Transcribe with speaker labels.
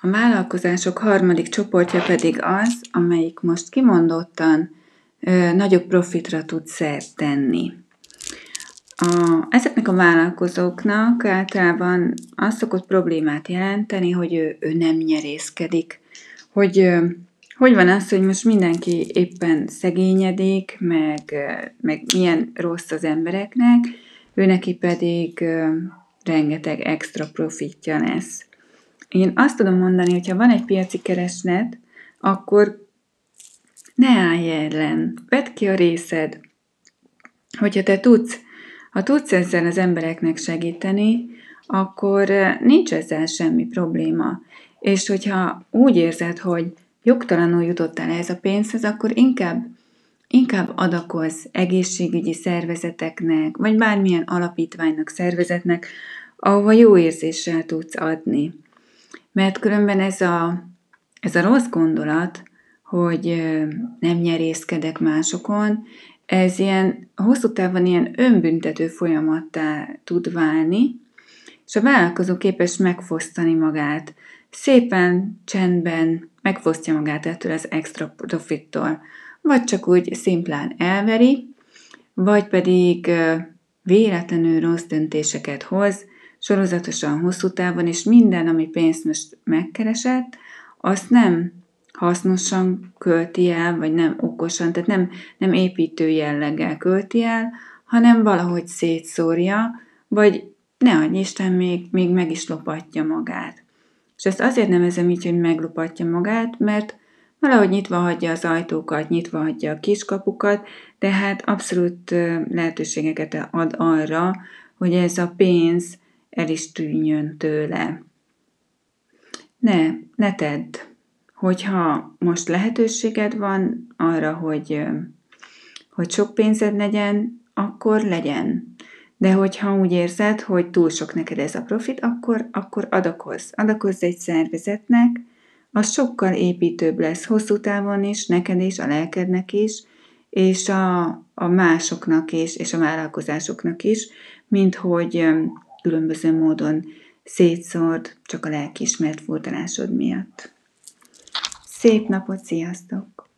Speaker 1: A vállalkozások harmadik csoportja pedig az, amelyik most kimondottan nagyobb profitra tud szert tenni. Ezeknek a vállalkozóknak általában az szokott problémát jelenteni, hogy ő nem nyerészkedik. Hogy van az, hogy most mindenki éppen szegényedik, meg milyen rossz az embereknek, ő neki pedig rengeteg extra profitja lesz. Én azt tudom mondani, hogyha van egy piaci kereslet, akkor ne állj ellen, vedd ki a részed. Hogyha te tudsz ezzel az embereknek segíteni, akkor nincs ezzel semmi probléma. És hogyha úgy érzed, hogy jogtalanul jutottál ehhez a pénzhez, akkor inkább adakozz egészségügyi szervezeteknek, vagy bármilyen alapítványnak, szervezetnek, ahova jó érzéssel tudsz adni. Mert különben ez a rossz gondolat, hogy nem nyerészkedek másokon, ez ilyen hosszú távon ilyen önbüntető folyamattá tud válni, és a vállalkozó képes megfosztani magát. Szépen, csendben megfosztja magát ettől az extra profittól. Vagy csak úgy szimplán elveri, vagy pedig véletlenül rossz döntéseket hoz, sorozatosan hosszú távon, és minden, ami pénzt most megkeresett, azt nem hasznosan költi el, vagy nem okosan, tehát nem építő jelleggel költi el, hanem valahogy szétszórja, vagy ne adj Isten, még meg is lopatja magát. És ezt azért nevezem így, hogy meglopatja magát, mert valahogy nyitva hagyja az ajtókat, nyitva hagyja a kiskapukat, tehát abszolút lehetőségeket ad arra, hogy ez a pénz el is tűnjön tőle. Ne tedd. Hogyha most lehetőséged van arra, hogy sok pénzed legyen, akkor legyen. De hogyha úgy érzed, hogy túl sok neked ez a profit, akkor adakozz. Adakozz egy szervezetnek, az sokkal építőbb lesz hosszú távon is, neked is, a lelkednek is, és a másoknak is, és a vállalkozásoknak is, mint hogy különböző módon szétszórd csak a lelkiismeret furdalásod miatt. Szép napot, sziasztok!